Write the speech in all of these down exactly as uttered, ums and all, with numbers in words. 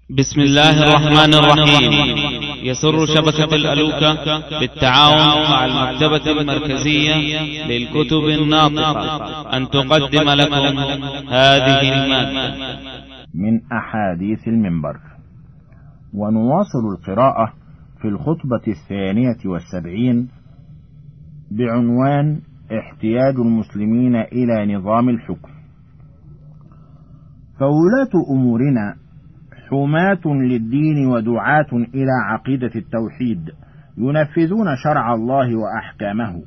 بسم الله الرحمن الرحيم. يسر شبكة الألوكة بالتعاون مع المكتبة المركزية للكتب الناطقة أن تقدم لكم هذه المادة من أحاديث المنبر. ونواصل القراءة في الخطبة الثانية والسبعين بعنوان احتياج المسلمين إلى نظام الحكم. فولاة أمورنا حماة للدين ودعاة إلى عقيدة التوحيد، ينفذون شرع الله وأحكامه،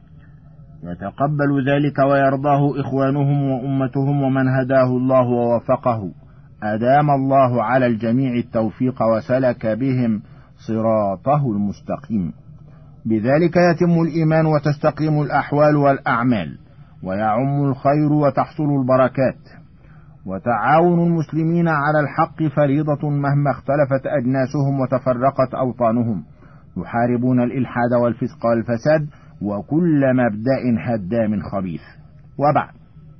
يتقبل ذلك ويرضاه إخوانهم وأمتهم ومن هداه الله ووفقه، أدام الله على الجميع التوفيق وسلك بهم صراطه المستقيم. بذلك يتم الإيمان وتستقيم الأحوال والأعمال، ويعم الخير وتحصل البركات. وتعاون المسلمين على الحق فريضة مهما اختلفت أجناسهم وتفرقت أوطانهم، يحاربون الإلحاد والفسق والفساد وكل مبدأ هدام خبيث. وبعد،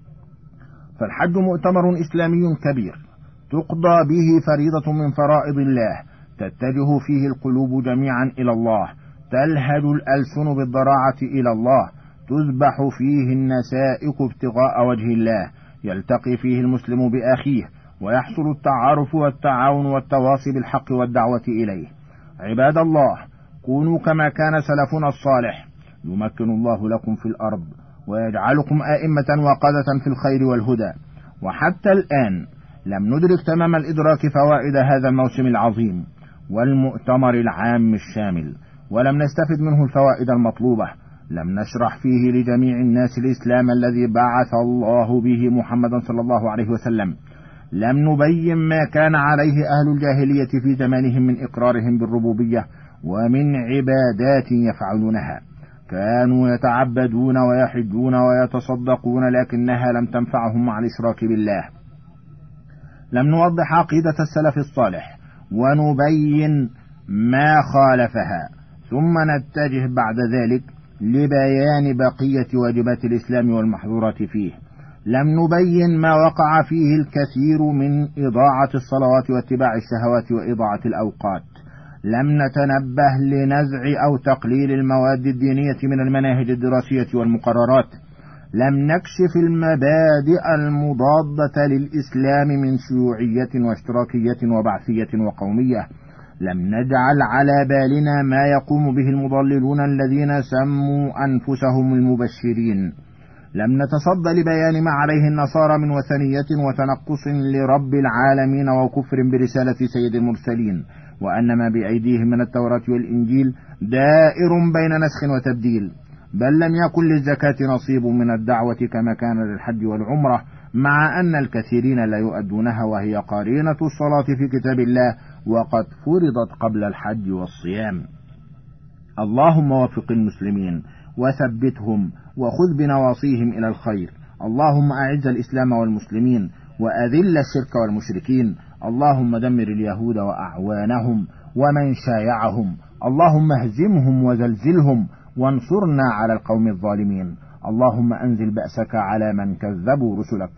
فالحج مؤتمر إسلامي كبير تقضى به فريضة من فرائض الله، تتجه فيه القلوب جميعا إلى الله، تلهج الألسن بالضراعة إلى الله، تذبح فيه النسائك ابتغاء وجه الله، يلتقي فيه المسلم بأخيه، ويحصل التعارف والتعاون والتواصي بالحق والدعوة إليه. عباد الله، كونوا كما كان سلفنا الصالح، يمكن الله لكم في الأرض ويجعلكم آئمة وقادة في الخير والهدى. وحتى الآن لم ندرك تمام الإدراك فوائد هذا الموسم العظيم والمؤتمر العام الشامل، ولم نستفد منه الفوائد المطلوبة. لم نشرح فيه لجميع الناس الإسلام الذي بعث الله به محمدا صلى الله عليه وسلم. لم نبين ما كان عليه أهل الجاهلية في زمانهم من إقرارهم بالربوبية ومن عبادات يفعلونها. كانوا يتعبدون ويحجون ويتصدقون، لكنها لم تنفعهم مع الإشراك بالله. لم نوضح عقيدة السلف الصالح ونبين ما خالفها، ثم نتجه بعد ذلك لبيان بقية واجبات الإسلام والمحظورات فيه. لم نبين ما وقع فيه الكثير من إضاعة الصلوات واتباع الشهوات وإضاعة الأوقات. لم نتنبه لنزع أو تقليل المواد الدينية من المناهج الدراسية والمقررات. لم نكشف المبادئ المضادة للإسلام من شيوعية واشتراكية وبعثية وقومية. لم نجعل على بالنا ما يقوم به المضللون الذين سموا أنفسهم المبشرين. لم نتصد لبيان ما عليه النصارى من وثنية وتنقص لرب العالمين وكفر برسالة سيد المرسلين، وأن ما بأيديهم من التوراة والإنجيل دائر بين نسخ وتبديل. بل لم يكن للزكاة نصيب من الدعوة كما كان للحج والعمرة، مع أن الكثيرين لا يؤدونها، وهي قرينة الصلاة في كتاب الله وقد فرضت قبل الحج والصيام. اللهم وفق المسلمين وثبتهم وخذ بنواصيهم إلى الخير. اللهم أعز الإسلام والمسلمين وأذل الشرك والمشركين. اللهم دمر اليهود وأعوانهم ومن شايعهم. اللهم اهزمهم وزلزلهم وانصرنا على القوم الظالمين. اللهم أنزل بأسك على من كذبوا رسلك.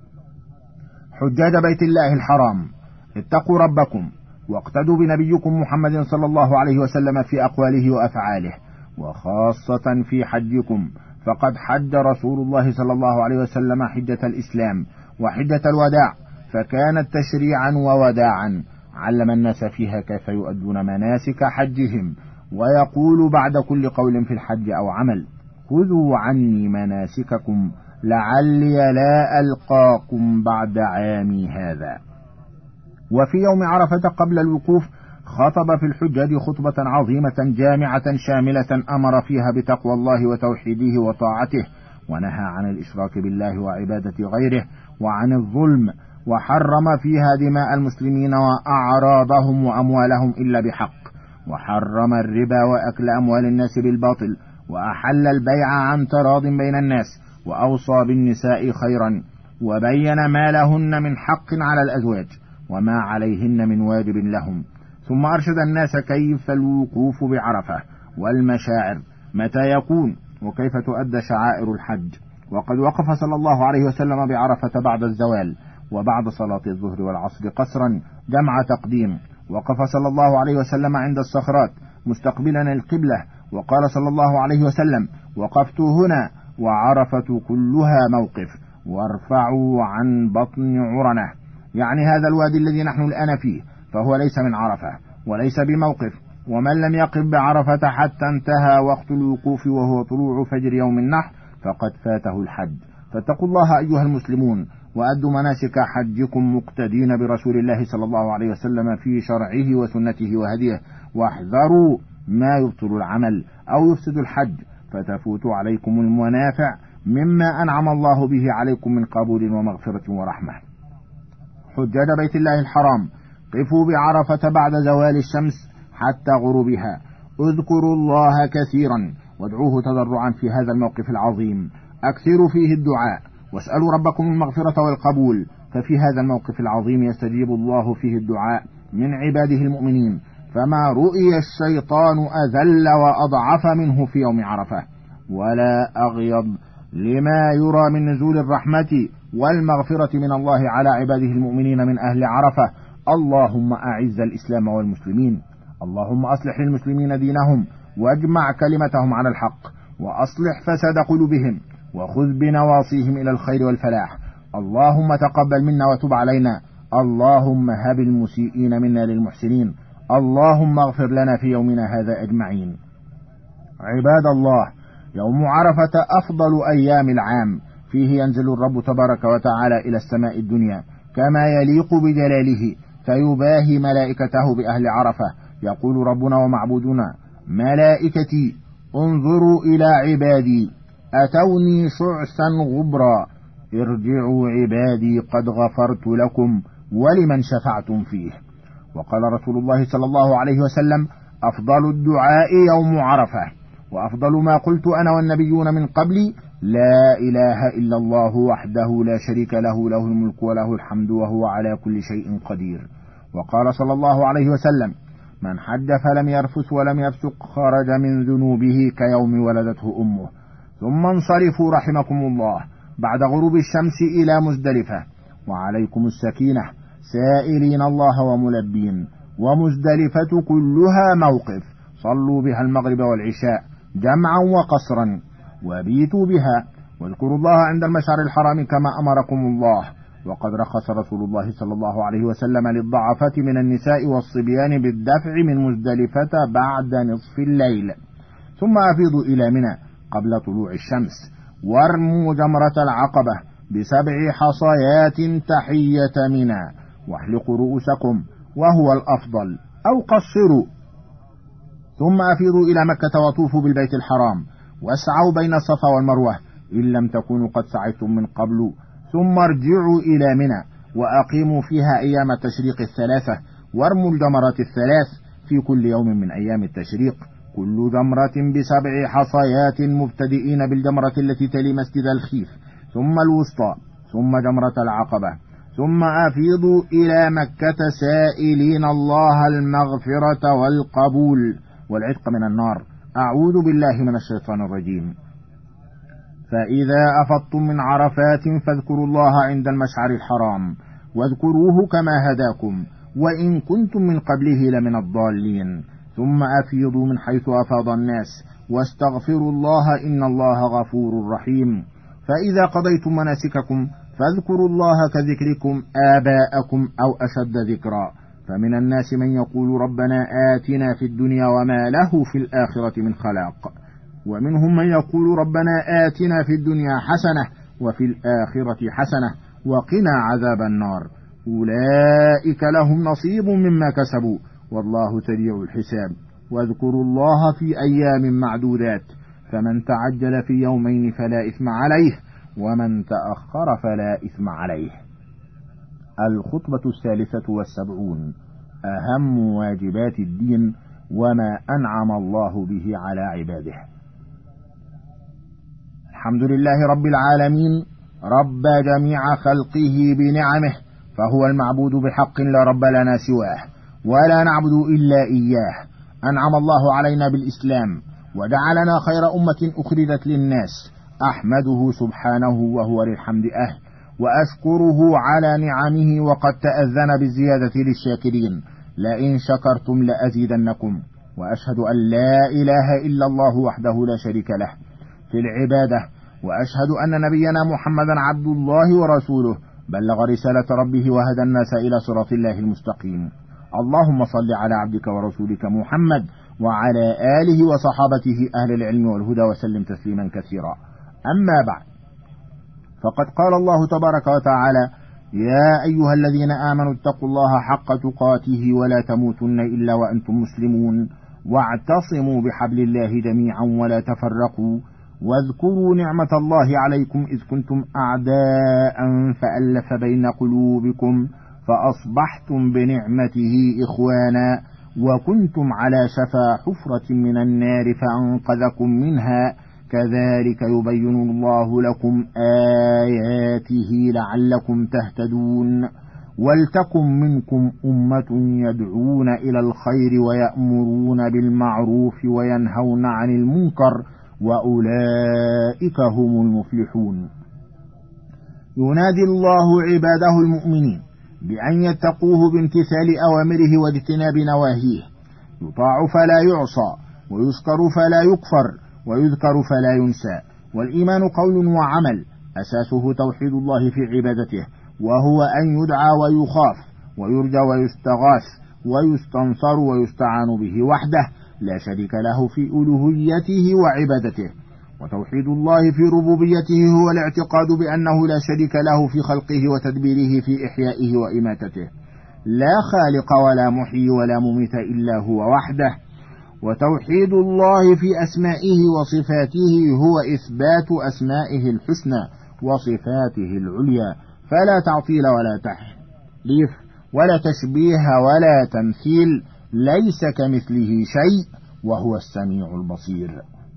حجاج بيت الله الحرام، اتقوا ربكم واقتدوا بنبيكم محمد صلى الله عليه وسلم في أقواله وأفعاله، وخاصة في حجكم، فقد حج رسول الله صلى الله عليه وسلم حجة الإسلام وحجة الوداع، فكانت تشريعا ووداعا. علم الناس فيها كيف يؤدون مناسك حجهم، ويقول بعد كل قول في الحج أو عمل: خذوا عني مناسككم لعلي لا ألقاكم بعد عامي هذا. وفي يوم عرفة قبل الوقوف خطب في الحجاج خطبة عظيمة جامعة شاملة، أمر فيها بتقوى الله وتوحيده وطاعته، ونهى عن الإشراك بالله وعبادة غيره، وعن الظلم، وحرم فيها دماء المسلمين وأعراضهم وأموالهم إلا بحق، وحرم الربا وأكل أموال الناس بالباطل، وأحل البيع عن تراض بين الناس، وأوصى بالنساء خيرا، وبين ما لهن من حق على الأزواج وما عليهن من واجب لهم. ثم أرشد الناس كيف الوقوف بعرفة والمشاعر، متى يكون، وكيف تؤدى شعائر الحج. وقد وقف صلى الله عليه وسلم بعرفة بعد الزوال وبعد صلاة الظهر والعصر قصرا، جمع تقديم. وقف صلى الله عليه وسلم عند الصخرات مستقبلا القبلة، وقال صلى الله عليه وسلم: وقفت هنا وعرفة كلها موقف، وارفعوا عن بطن عرنة، يعني هذا الوادي الذي نحن الآن فيه، فهو ليس من عرفة وليس بموقف. ومن لم يقف بعرفة حتى انتهى وقت الوقوف وهو طلوع فجر يوم النحر فقد فاته الحج. فاتقوا الله أيها المسلمون، وأدوا مناسك حجكم مقتدين برسول الله صلى الله عليه وسلم في شرعه وسنته وهديه، واحذروا ما يبطل العمل أو يفسد الحج فتفوت عليكم المنافع مما أنعم الله به عليكم من قبول ومغفرة ورحمة. حجاج بيت الله الحرام، قفوا بعرفة بعد زوال الشمس حتى غروبها، اذكروا الله كثيرا وادعوه تضرعا في هذا الموقف العظيم، أكثروا فيه الدعاء واسألوا ربكم المغفرة والقبول، ففي هذا الموقف العظيم يستجيب الله فيه الدعاء من عباده المؤمنين، فما رؤي الشيطان أذل وأضعف منه في يوم عرفة، ولا أغيض لما يرى من نزول الرحمة والمغفرة من الله على عباده المؤمنين من أهل عرفة. اللهم أعز الإسلام والمسلمين، اللهم أصلح للمسلمين دينهم واجمع كلمتهم على الحق، وأصلح فساد قلوبهم وخذ بنواصيهم إلى الخير والفلاح. اللهم تقبل منا وتب علينا، اللهم هب المسيئين منا للمحسنين، اللهم اغفر لنا في يومنا هذا أجمعين. عباد الله، يوم عرفة أفضل أيام العام، فيه ينزل الرب تبارك وتعالى إلى السماء الدنيا كما يليق بجلاله، فيباهي ملائكته بأهل عرفة، يقول ربنا ومعبودنا: ملائكتي انظروا إلى عبادي أتوني شعثا غبرا، ارجعوا عبادي قد غفرت لكم ولمن شفعتم فيه. وقال رسول الله صلى الله عليه وسلم: أفضل الدعاء يوم عرفة، وأفضل ما قلت أنا والنبيون من قبلي: لا إله إلا الله وحده لا شريك له، له الملك وله الحمد وهو على كل شيء قدير. وقال صلى الله عليه وسلم: من حج فلم يرفث ولم يفسق خرج من ذنوبه كيوم ولدته أمه. ثم انصرفوا رحمكم الله بعد غروب الشمس إلى مزدلفة، وعليكم السكينة سائلين الله وملبين، ومزدلفة كلها موقف، صلوا بها المغرب والعشاء جمعا وقصرا، وبيتوا بها، واذكروا الله عند المشعر الحرام كما أمركم الله. وقد رخص رسول الله صلى الله عليه وسلم للضعفة من النساء والصبيان بالدفع من مزدلفة بعد نصف الليل. ثم أفيضوا إلى منى قبل طلوع الشمس، وارموا جمرة العقبة بسبع حصيات تحية منى، واحلقوا رؤوسكم وهو الأفضل، أو قصروا. ثم أفيضوا إلى مكة وطوفوا بالبيت الحرام، واسعوا بين الصفا والمروة إن لم تكونوا قد سعيتم من قبل، ثم ارجعوا إلى منى وأقيموا فيها أيام التشريق الثلاثة، وارموا الجمرات الثلاث في كل يوم من أيام التشريق، كل جمرة بسبع حصيات، مبتدئين بالجمرة التي تلي مسجد الخيف، ثم الوسطى، ثم جمرة العقبة، ثم أفيضوا إلى مكة سائلين الله المغفرة والقبول والعتق من النار. أعوذ بالله من الشيطان الرجيم. فإذا أفضتم من عرفات فاذكروا الله عند المشعر الحرام، واذكروه كما هداكم وإن كنتم من قبله لمن الضالين، ثم أفيضوا من حيث أفاض الناس، واستغفروا الله إن الله غفور رحيم. فإذا قضيتم مناسككم فاذكروا الله كذكركم آباءكم أو أشد ذكرا، فمن الناس من يقول ربنا آتنا في الدنيا وما له في الآخرة من خلاق، ومنهم من يقول ربنا آتنا في الدنيا حسنة وفي الآخرة حسنة وقنا عذاب النار. أولئك لهم نصيب مما كسبوا والله سريع الحساب. واذكروا الله في أيام معدودات، فمن تعجل في يومين فلا إثم عليه، ومن تأخر فلا إثم عليه. الخطبة الثالثة والسبعون: أهم واجبات الدين وما أنعم الله به على عباده. الحمد لله رب العالمين، رب جميع خلقه بنعمه، فهو المعبود بحق لا رب لنا سواه، ولا نعبد إلا إياه. أنعم الله علينا بالإسلام وجعلنا خير أمة أخرجت للناس، أحمده سبحانه وهو للحمد أهل، وأشكره على نعمه، وقد تأذن بالزيادة للشاكرين: لئن شكرتم لأزيدنكم. وأشهد أن لا إله إلا الله وحده لا شريك له في العبادة، وأشهد أن نبينا محمدا عبد الله ورسوله، بلغ رسالة ربه وهدى الناس إلى صراط الله المستقيم. اللهم صل على عبدك ورسولك محمد وعلى آله وصحابته أهل العلم والهدى وسلم تسليما كثيرا. أما بعد، فقد قال الله تبارك وتعالى: يا أيها الذين آمنوا اتقوا الله حق تقاته ولا تموتن إلا وأنتم مسلمون، واعتصموا بحبل الله جميعا ولا تفرقوا، واذكروا نعمة الله عليكم إذ كنتم أعداء فألف بين قلوبكم فأصبحتم بنعمته إخوانا، وكنتم على شفا حفرة من النار فأنقذكم منها، كذلك يبين الله لكم آياته لعلكم تهتدون. ولتكن منكم أمة يدعون إلى الخير ويأمرون بالمعروف وينهون عن المنكر، وأولئك هم المفلحون. ينادي الله عباده المؤمنين بأن يتقوه بامتثال أوامره واجتناب نواهيه، يطاع فلا يعصى، ويشكر فلا يكفر، ويذكر فلا ينسى. والإيمان قول وعمل، أساسه توحيد الله في عبادته، وهو أن يدعى ويخاف ويرجى ويستغاث ويستنصر ويستعان به وحده لا شريك له في ألوهيته وعبادته. وتوحيد الله في ربوبيته هو الاعتقاد بأنه لا شريك له في خلقه وتدبيره في إحيائه وإماتته، لا خالق ولا محيي ولا مميت إلا هو وحده. وتوحيد الله في أسمائه وصفاته هو إثبات أسمائه الحسنى وصفاته العليا، فلا تعطيل ولا تحريف ولا تشبيه ولا تمثيل، ليس كمثله شيء وهو السميع البصير.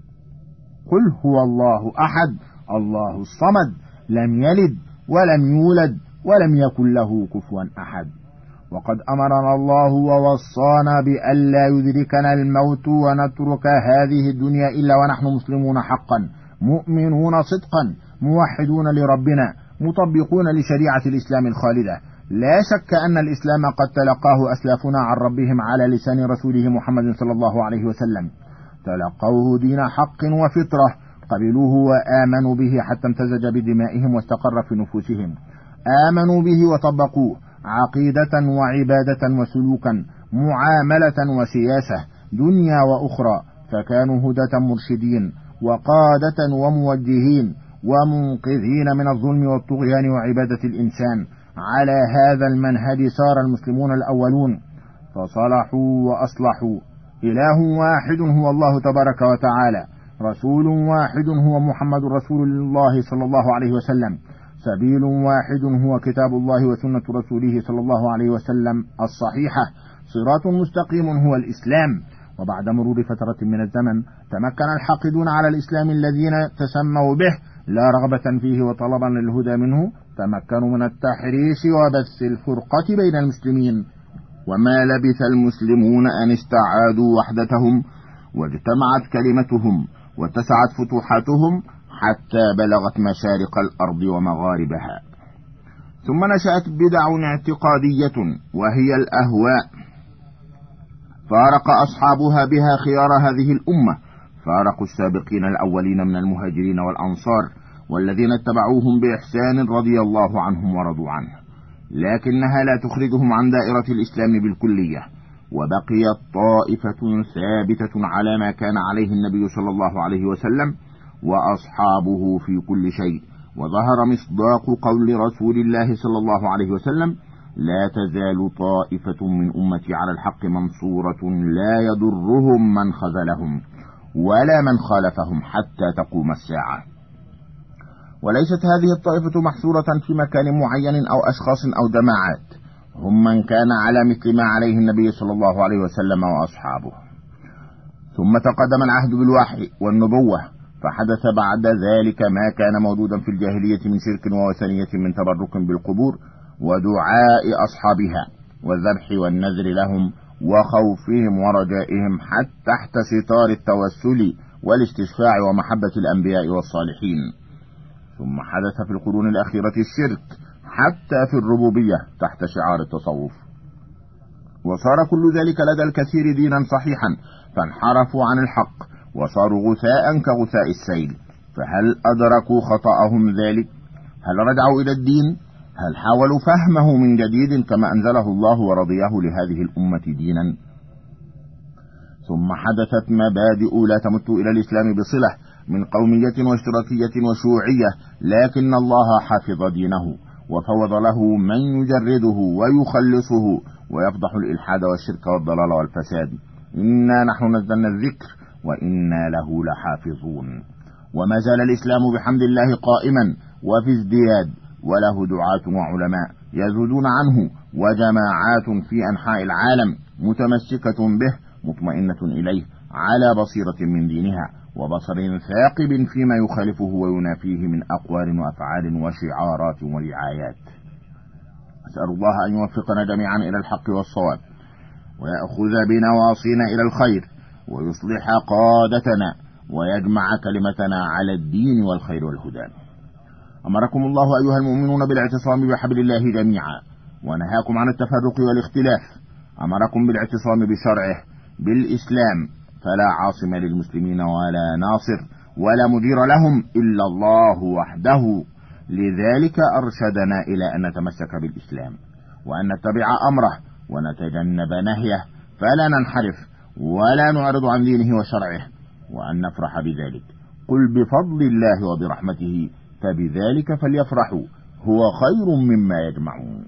قل هو الله أحد الله الصمد، لم يلد ولم يولد ولم يكن له كفوا أحد. وقد أمرنا الله ووصانا بألا يدركنا الموت ونترك هذه الدنيا إلا ونحن مسلمون حقا، مؤمنون صدقا، موحدون لربنا، مطبقون لشريعة الإسلام الخالدة. لا شك أن الإسلام قد تلقاه أسلافنا عن ربهم على لسان رسوله محمد صلى الله عليه وسلم، تلقوه دين حق وفطرة، قبلوه وآمنوا به حتى امتزج بدمائهم واستقر في نفوسهم. آمنوا به وطبقوه عقيدة وعبادة وسلوكا، معاملة وسياسة، دنيا وأخرى، فكانوا هداة مرشدين وقادة وموجهين ومنقذين من الظلم والطغيان وعبادة الإنسان. على هذا المنهج سار المسلمون الأولون فصلحوا وأصلحوا. إله واحد هو الله تبارك وتعالى، رسول واحد هو محمد رسول الله صلى الله عليه وسلم، سبيل واحد هو كتاب الله وسنة رسوله صلى الله عليه وسلم الصحيحة، صراط مستقيم هو الإسلام. وبعد مرور فترة من الزمن تمكن الحاقدون على الإسلام الذين تسموا به لا رغبة فيه وطلبا للهدى منه، تمكنوا من التحريش وبث الفرقة بين المسلمين. وما لبث المسلمون أن استعادوا وحدتهم واجتمعت كلمتهم واتسعت فتوحاتهم حتى بلغت مشارق الأرض ومغاربها. ثم نشأت بدع اعتقادية وهي الأهواء، فارق أصحابها بها خيار هذه الأمة، فارقوا السابقين الأولين من المهاجرين والأنصار والذين اتبعوهم بإحسان رضي الله عنهم ورضوا عنه، لكنها لا تخرجهم عن دائرة الإسلام بالكلية. وبقيت طائفة ثابتة على ما كان عليه النبي صلى الله عليه وسلم وأصحابه في كل شيء. وظهر مصداق قول رسول الله صلى الله عليه وسلم: لا تزال طائفة من أمتي على الحق منصورة لا يضرهم من خذلهم ولا من خالفهم حتى تقوم الساعة. وليست هذه الطائفة محصورة في مكان معين أو أشخاص أو جماعات، هم من كان على مثل ما عليه النبي صلى الله عليه وسلم وأصحابه. ثم تقدم العهد بالوحي والنبوة، فحدث بعد ذلك ما كان موجودا في الجاهلية من شرك ووثنية، من تبرك بالقبور ودعاء أصحابها والذبح والنذر لهم وخوفهم ورجائهم، حتى تحت ستار التوسل والاستشفاع ومحبة الأنبياء والصالحين. ثم حدث في القرون الأخيرة الشرك حتى في الربوبية تحت شعار التصوف، وصار كل ذلك لدى الكثير دينا صحيحا، فانحرفوا عن الحق وصاروا غثاء كغثاء السيل. فهل أدركوا خطأهم ذلك؟ هل رجعوا إلى الدين؟ هل حاولوا فهمه من جديد كما أنزله الله ورضيه لهذه الأمة دينا؟ ثم حدثت مبادئ لا تمت إلى الإسلام بصلة من قومية واشتراكية وشيوعية، لكن الله حفظ دينه وفوض له من يجرده ويخلصه ويفضح الإلحاد والشرك والضلال والفساد. إنا نحن نزلنا الذكر وإنا له لحافظون. وما زال الإسلام بحمد الله قائما وفي ازدياد، وله دعاة وعلماء يذودون عنه، وجماعات في أنحاء العالم متمسكة به مطمئنة إليه على بصيرة من دينها وبصر ثاقب فيما يخالفه وينافيه من أقوال وأفعال وشعارات ورعايات. أسأل الله أن يوفقنا جميعا إلى الحق والصواب، ويأخذ بنواصينا إلى الخير، ويصلح قادتنا، ويجمع كلمتنا على الدين والخير والهدى. أمركم الله أيها المؤمنون بالاعتصام بحبل الله جميعا، ونهاكم عن التفرق والاختلاف. أمركم بالاعتصام بشرعه بالإسلام، فلا عاصم للمسلمين ولا ناصر ولا مدير لهم إلا الله وحده. لذلك أرشدنا إلى أن نتمسك بالإسلام، وأن نتبع أمره ونتجنب نهيه، فلا ننحرف ولا نعرض عن دينه وشرعه، وأن نفرح بذلك. قل بفضل الله وبرحمته فبذلك فليفرحوا هو خير مما يجمعون.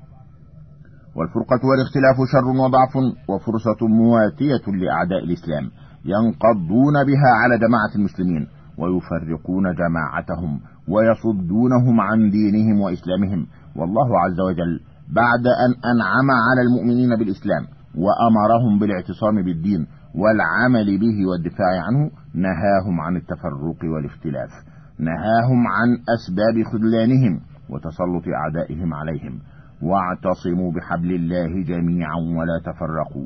والفرقة والاختلاف شر وضعف وفرصة مواتية لأعداء الإسلام، ينقضون بها على جماعة المسلمين ويفرقون جماعتهم ويصدونهم عن دينهم وإسلامهم. والله عز وجل بعد أن أنعم على المؤمنين بالإسلام وأمرهم بالاعتصام بالدين والعمل به والدفاع عنه، نهاهم عن التفرق والاختلاف، نهاهم عن أسباب خذلانهم وتسلط أعدائهم عليهم. واعتصموا بحبل الله جميعا ولا تفرقوا،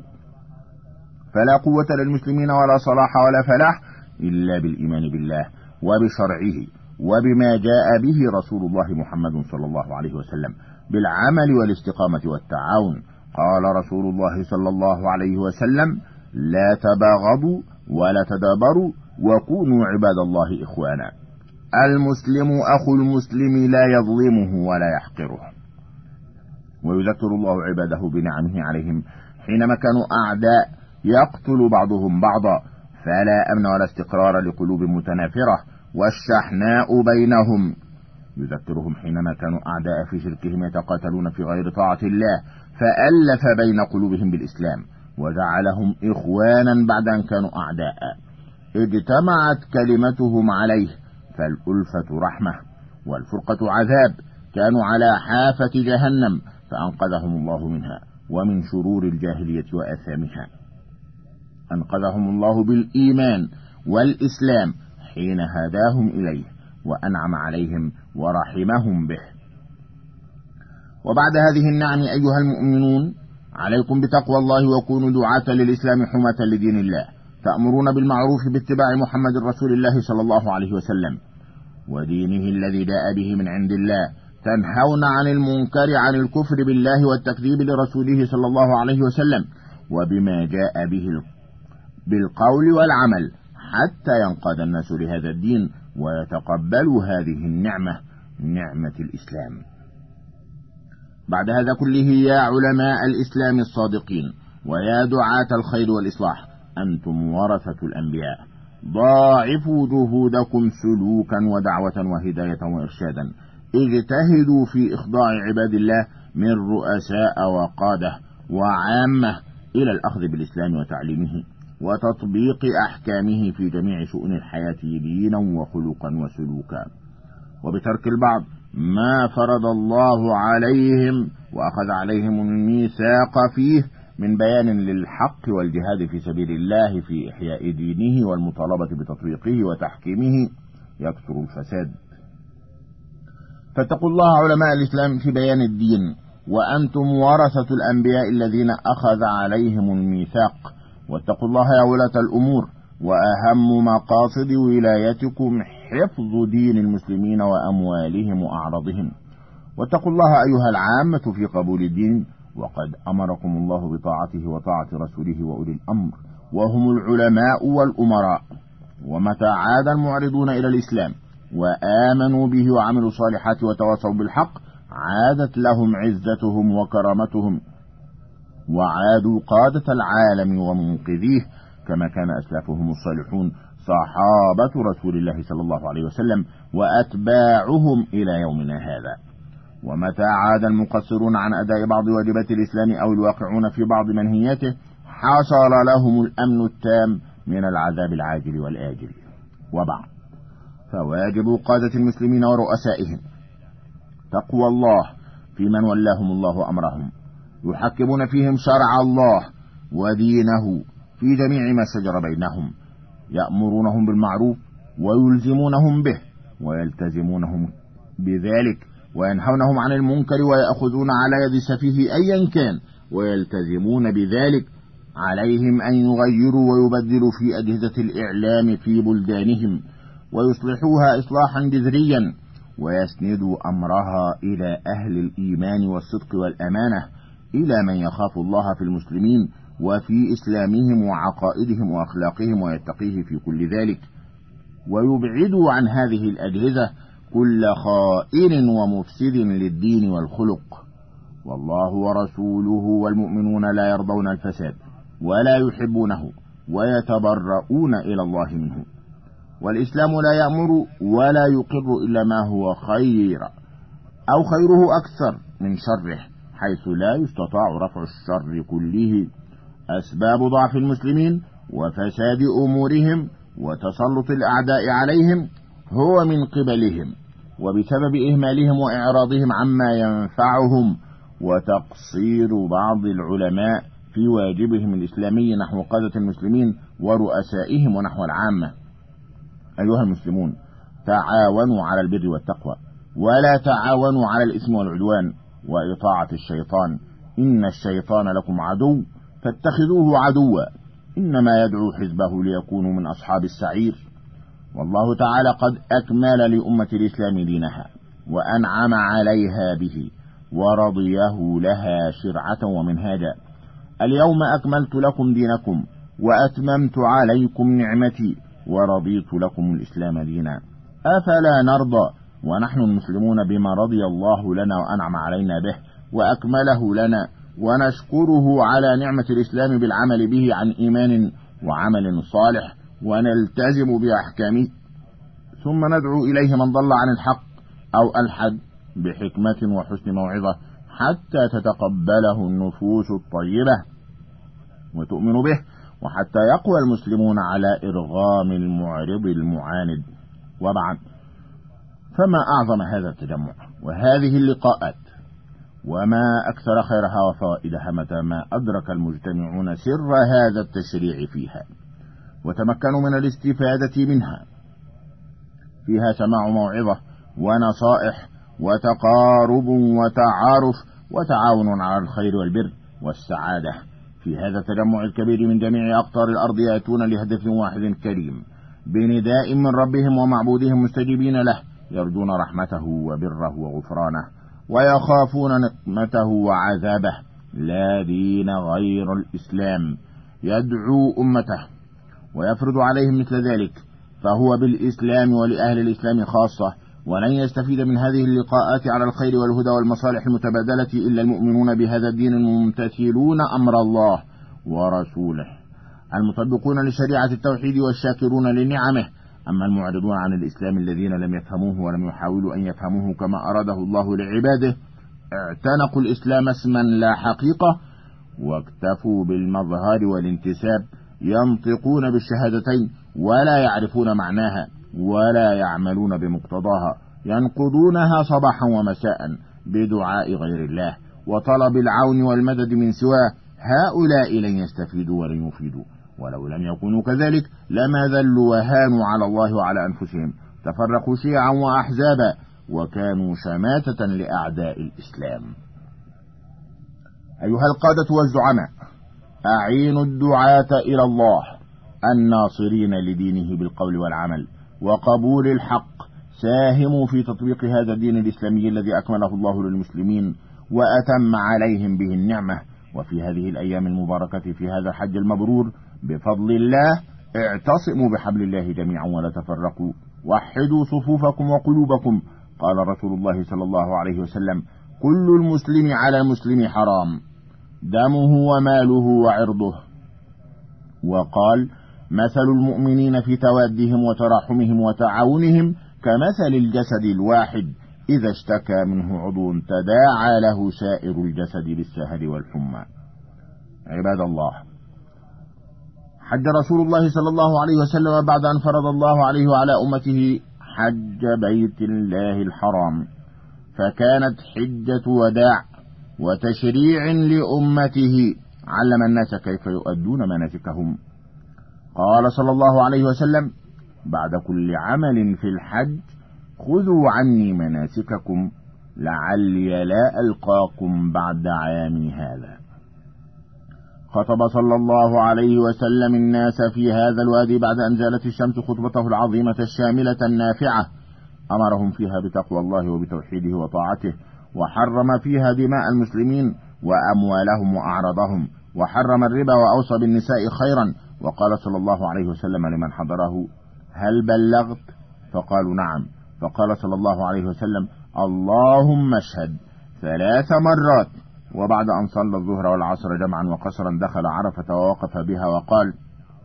فلا قوة للمسلمين ولا صلاح ولا فلاح إلا بالإيمان بالله وبشرعه وبما جاء به رسول الله محمد صلى الله عليه وسلم، بالعمل والاستقامة والتعاون. قال رسول الله صلى الله عليه وسلم: لا تباغضوا ولا تدابروا وكونوا عباد الله إخوانا. المسلم أخو المسلم لا يظلمه ولا يحقره. ويذكر الله عباده بنعمه عليهم حينما كانوا أعداء يقتل بعضهم بعضا، فلا أمن ولا استقرار لقلوب متنافرة والشحناء بينهم. يذكرهم حينما كانوا أعداء في شركهم يتقاتلون في غير طاعة الله، فألف بين قلوبهم بالإسلام وجعلهم إخوانا بعد أن كانوا أعداء. اجتمعت كلمتهم عليه، فالألفة رحمة والفرقة عذاب. كانوا على حافة جهنم فأنقذهم الله منها ومن شرور الجاهلية وآثامها. أنقذهم الله بالإيمان والإسلام حين هداهم إليه وأنعم عليهم ورحمهم به. وبعد هذه النعم أيها المؤمنون، عليكم بتقوى الله وكونوا دعاة للإسلام حماة لدين الله، تأمرون بالمعروف باتباع محمد رسول الله صلى الله عليه وسلم ودينه الذي جاء به من عند الله، تنهون عن المنكر عن الكفر بالله والتكذيب لرسوله صلى الله عليه وسلم وبما جاء به بالقول والعمل، حتى ينقاد الناس لهذا الدين ويتقبلوا هذه النعمة، نعمة الإسلام. بعد هذا كله يا علماء الإسلام الصادقين ويا دعاة الخير والإصلاح، أنتم ورثة الأنبياء، ضاعفوا جهودكم سلوكا ودعوة وهداية وإرشادا. اجتهدوا في إخضاع عباد الله من رؤساء وقادة وعامة إلى الأخذ بالإسلام وتعليمه وتطبيق أحكامه في جميع شؤون الحياة دينا وخلقا وسلوكا، وبترك البعض ما فرض الله عليهم وأخذ عليهم الميثاق فيه من بيان للحق والجهاد في سبيل الله في إحياء دينه والمطالبة بتطبيقه وتحكيمه، يكثر الفساد. فاتقوا الله علماء الإسلام في بيان الدين، وأنتم ورثة الأنبياء الذين أخذ عليهم الميثاق. واتقوا الله يا ولاة الأمور، وأهم مقاصد ولايتكم حفظ دين المسلمين وأموالهم وأعراضهم. واتقوا الله أيها العامة في قبول الدين، وقد أمركم الله بطاعته وطاعة رسوله وأولي الأمر وهم العلماء والأمراء. ومتى عاد المعرضون إلى الإسلام وآمنوا به وعملوا الصالحات وتواصوا بالحق عادت لهم عزتهم وكرامتهم، وعادوا قادة العالم ومنقذيه كما كان أسلافهم الصالحون صحابة رسول الله صلى الله عليه وسلم وأتباعهم إلى يومنا هذا. ومتى عاد المقصرون عن أداء بعض واجبات الإسلام أو الواقعون في بعض منهياته حصل لهم الأمن التام من العذاب العاجل والآجل. وبعد، فواجب قادة المسلمين ورؤسائهم تقوى الله في من ولاهم الله أمرهم، يحكمون فيهم شرع الله ودينه في جميع ما شجر بينهم، يأمرونهم بالمعروف ويلزمونهم به ويلتزمونهم بذلك، وينهونهم عن المنكر ويأخذون على يد سفيه أيا كان ويلتزمون بذلك. عليهم أن يغيروا ويبدلوا في أجهزة الإعلام في بلدانهم ويصلحوها إصلاحا جذريا، ويسندوا أمرها إلى أهل الإيمان والصدق والأمانة، إلى من يخاف الله في المسلمين وفي إسلامهم وعقائدهم وأخلاقهم ويتقيه في كل ذلك، ويبعدوا عن هذه الأجهزة كل خائن ومفسد للدين والخلق. والله ورسوله والمؤمنون لا يرضون الفساد ولا يحبونه ويتبرؤون إلى الله منه. والإسلام لا يأمر ولا يقر إلا ما هو خير أو خيره أكثر من شره، حيث لا يستطاع رفع الشر كله. أسباب ضعف المسلمين وفساد أمورهم وتسلط الأعداء عليهم هو من قبلهم، وبسبب إهمالهم وإعراضهم عما ينفعهم وتقصير بعض العلماء في واجبهم الإسلامي نحو قادة المسلمين ورؤسائهم ونحو العامة. أيها المسلمون، تعاونوا على البر والتقوى، ولا تعاونوا على الإثم والعدوان وإطاعة الشيطان، إن الشيطان لكم عدو فاتخذوه عدوا، إنما يدعو حزبه ليكونوا من أصحاب السعير. والله تعالى قد أكمل لأمة الإسلام دينها وأنعم عليها به ورضيه لها شرعة ومنهاجا. اليوم أكملت لكم دينكم وأتممت عليكم نعمتي ورضيت لكم الإسلام دينا. أفلا نرضى ونحن المسلمون بما رضي الله لنا وأنعم علينا به وأكمله لنا، ونشكره على نعمة الإسلام بالعمل به عن إيمان وعمل صالح، ونلتزم بأحكامه، ثم ندعو إليه من ضل عن الحق أو ألحد بحكمة وحسن موعظة حتى تتقبله النفوس الطيبة وتؤمن به، وحتى يقوى المسلمون على إرغام المعرض المعاند. وبعد، فما أعظم هذا التجمع وهذه اللقاءات، وما أكثر خيرها وفوائدها متى ما أدرك المجتمعون سر هذا التشريع فيها وتمكنوا من الاستفادة منها. فيها سماع موعظة ونصائح وتقارب وتعارف وتعاون على الخير والبر والسعادة. في هذا التجمع الكبير من جميع أقطار الأرض يأتون لهدف واحد كريم بنداء من ربهم ومعبودهم مستجيبين له، يرجون رحمته وبره وغفرانه ويخافون نقمته وعذابه، لا دين غير الإسلام يدعو أمته ويفرض عليهم مثل ذلك، فهو بالإسلام ولأهل الإسلام خاصة. ولن يستفيد من هذه اللقاءات على الخير والهدى والمصالح المتبادلة إلا المؤمنون بهذا الدين الممتثلون أمر الله ورسوله، المطبقون لشريعة التوحيد والشاكرون لنعمه. أما المعرضون عن الإسلام الذين لم يفهموه ولم يحاولوا أن يفهموه كما أراده الله لعباده، اعتنقوا الإسلام اسما لا حقيقة واكتفوا بالمظهر والانتساب، ينطقون بالشهادتين ولا يعرفون معناها ولا يعملون بمقتضاها، ينقضونها صباحا ومساء بدعاء غير الله وطلب العون والمدد من سواه. هؤلاء لن يستفيدوا ولن يفيدوا، ولو لم يكونوا كذلك لما ذلوا وهانوا على الله وعلى أنفسهم، تفرقوا شيعا وأحزابا وكانوا شماتة لأعداء الإسلام. أيها القادة والزعماء، أعينوا الدعاة إلى الله الناصرين لدينه بالقول والعمل، وقبول الحق ساهموا في تطبيق هذا الدين الإسلامي الذي أكمله الله للمسلمين وأتم عليهم به النعمة. وفي هذه الأيام المباركة في هذا الحج المبرور بفضل الله اعتصموا بحبل الله جميعا ولا تفرقوا، وحدوا صفوفكم وقلوبكم. قال رسول الله صلى الله عليه وسلم: كل المسلم على المسلم حرام، دمه وماله وعرضه. وقال: مثل المؤمنين في توادهم وتراحمهم وتعاونهم كمثل الجسد الواحد إذا اشتكى منه عضو تداعى له سائر الجسد بالسهر والحمى. عباد الله، حج رسول الله صلى الله عليه وسلم بعد أن فرض الله عليه وعلى أمته حج بيت الله الحرام، فكانت حجة وداع وتشريع لأمته، علم الناس كيف يؤدون مناسكهم. قال صلى الله عليه وسلم: بعد كل عمل في الحج خذوا عني مناسككم لعلي لا ألقاكم بعد عامي هذا. خطب صلى الله عليه وسلم الناس في هذا الوادي بعد أن زالت الشمس خطبته العظيمة الشاملة النافعة، أمرهم فيها بتقوى الله وبتوحيده وطاعته، وحرم فيها دماء المسلمين وأموالهم وأعراضهم، وحرم الربا وأوصى بالنساء خيرا. وقال صلى الله عليه وسلم لمن حضره: هل بلغت؟ فقالوا: نعم. فقال صلى الله عليه وسلم: اللهم اشهد ثلاث مرات. وبعد أن صلى الظهر والعصر جمعا وقصرا دخل عرفة ووقف بها وقال: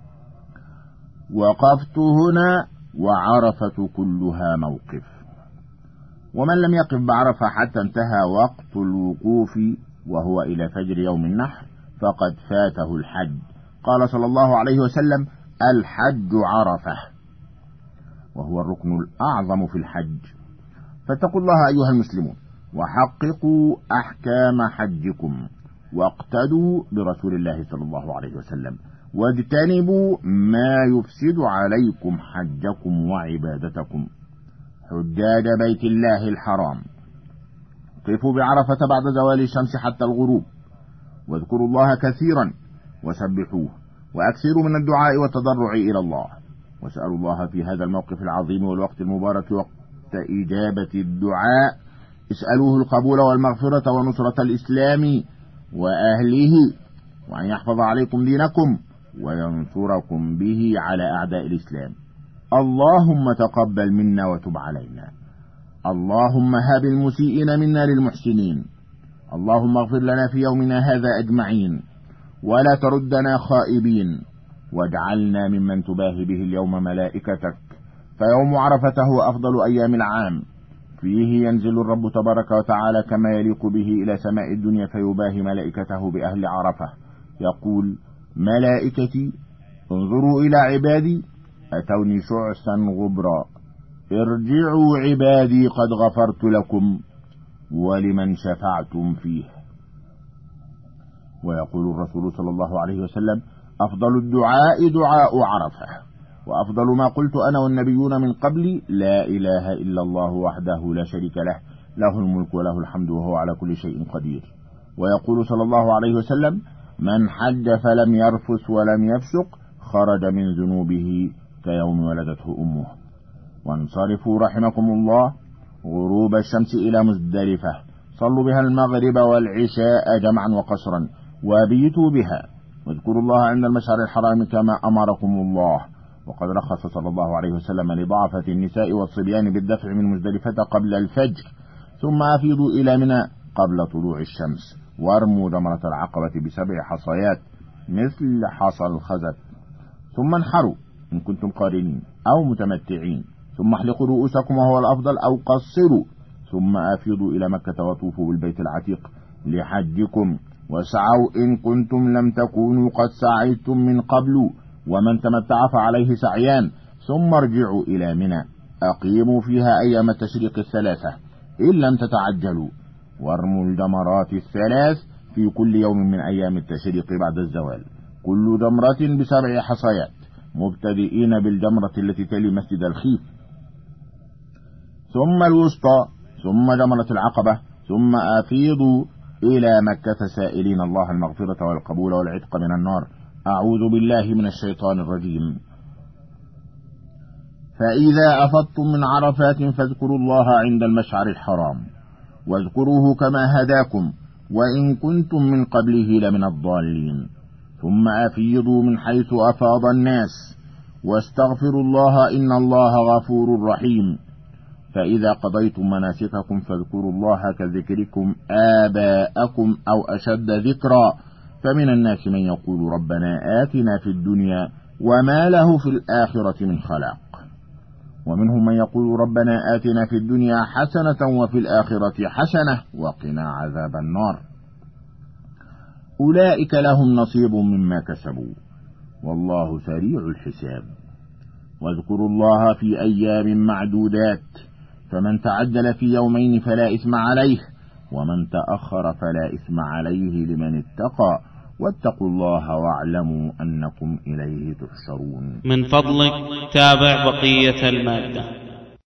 وقفت هنا وعرفة كلها موقف. ومن لم يقف بعرفة حتى انتهى وقت الوقوف وهو إلى فجر يوم النحر فقد فاته الحج. قال صلى الله عليه وسلم: الحج عرفة، وهو الركن الأعظم في الحج. فاتقوا الله أيها المسلمون وحققوا أحكام حجكم، واقتدوا برسول الله صلى الله عليه وسلم، واجتنبوا ما يفسد عليكم حجكم وعبادتكم. حجاج بيت الله الحرام، قفوا بعرفة بعد زوال الشمس حتى الغروب، واذكروا الله كثيرا وسبحوه، وأكثروا من الدعاء والتضرع إلى الله، واسألوا الله في هذا الموقف العظيم والوقت المبارك وقت إجابة الدعاء، اسألوه القبول والمغفرة ونصرة الإسلام وأهله، وأن يحفظ عليكم دينكم وينصركم به على أعداء الإسلام. اللهم تقبل منا وتب علينا، اللهم هب المسيئين منا للمحسنين، اللهم اغفر لنا في يومنا هذا أجمعين، ولا تردنا خائبين، واجعلنا ممن تباهي به اليوم ملائكتك. فيوم عرفة هو أفضل أيام العام، فيه ينزل الرب تبارك وتعالى كما يليق به إلى سماء الدنيا فيباهي ملائكته بأهل عرفة، يقول: ملائكتي انظروا إلى عبادي أتوني شعثا غبرا، ارجعوا عبادي قد غفرت لكم ولمن شفعتم فيه. ويقول الرسول صلى الله عليه وسلم: أفضل الدعاء دعاء عرفة، وأفضل ما قلت أنا والنبيون من قبلي: لا إله إلا الله وحده لا شريك له، له الملك وله الحمد وهو على كل شيء قدير. ويقول صلى الله عليه وسلم: من حج فلم يرفث ولم يفسق خرج من ذنوبه كيوم ولدته أمه. وانصرفوا رحمكم الله غروب الشمس إلى مزدلفة، صلوا بها المغرب والعشاء جمعا وقصرا، وبيتوا بها، واذكروا الله عند المشعر الحرام كما أمركم الله. وقد رخص صلى الله عليه وسلم لضعفة النساء والصبيان بالدفع من مزدلفة قبل الفجر، ثم أفيضوا إلى منى قبل طلوع الشمس، وارموا جمرة العقبة بسبع حصيات مثل حصى الخزف، ثم انحروا إن كنتم قارنين أو متمتعين، ثم احلقوا رؤوسكم وهو الأفضل أو قصروا، ثم أفيضوا إلى مكة وطوفوا بالبيت العتيق لحجكم، وسعوا إن كنتم لم تكونوا قد سعيتم من قبل، ومن تمتع فعليه سعيان، ثم ارجعوا إلى منى أقيموا فيها أيام التشريق الثلاثة إن لم تتعجلوا، وارموا الجمرات الثلاث في كل يوم من أيام التشريق بعد الزوال، كل جمرة بسبع حصيات، مبتدئين بالجمرة التي تلي مسجد الخيف، ثم الوسطى، ثم جمرة العقبة، ثم أفيضوا إلى مكة سائلين الله المغفرة والقبول والعتق من النار. أعوذ بالله من الشيطان الرجيم. فإذا أفضتم من عرفات فاذكروا الله عند المشعر الحرام، واذكروه كما هداكم وإن كنتم من قبله لمن الضالين، ثم أفيضوا من حيث أفاض الناس، واستغفروا الله إن الله غفور رحيم. فإذا قضيتم مناسككم فاذكروا الله كذكركم آباءكم أو أشد ذكرا، فمن الناس من يقول ربنا آتنا في الدنيا وما له في الآخرة من خلاق، ومنهم من يقول ربنا آتنا في الدنيا حسنة وفي الآخرة حسنة وقنا عذاب النار. أولئك لهم نصيب مما كسبوا والله سريع الحساب. واذكروا الله في أيام معدودات، فمن تعجل في يومين فلا إثم عليه، ومن تأخر فلا إثم عليه لمن اتقى، واتقوا الله واعلموا أنكم إليه تحشرون. من فضلك تابع بقية المادة.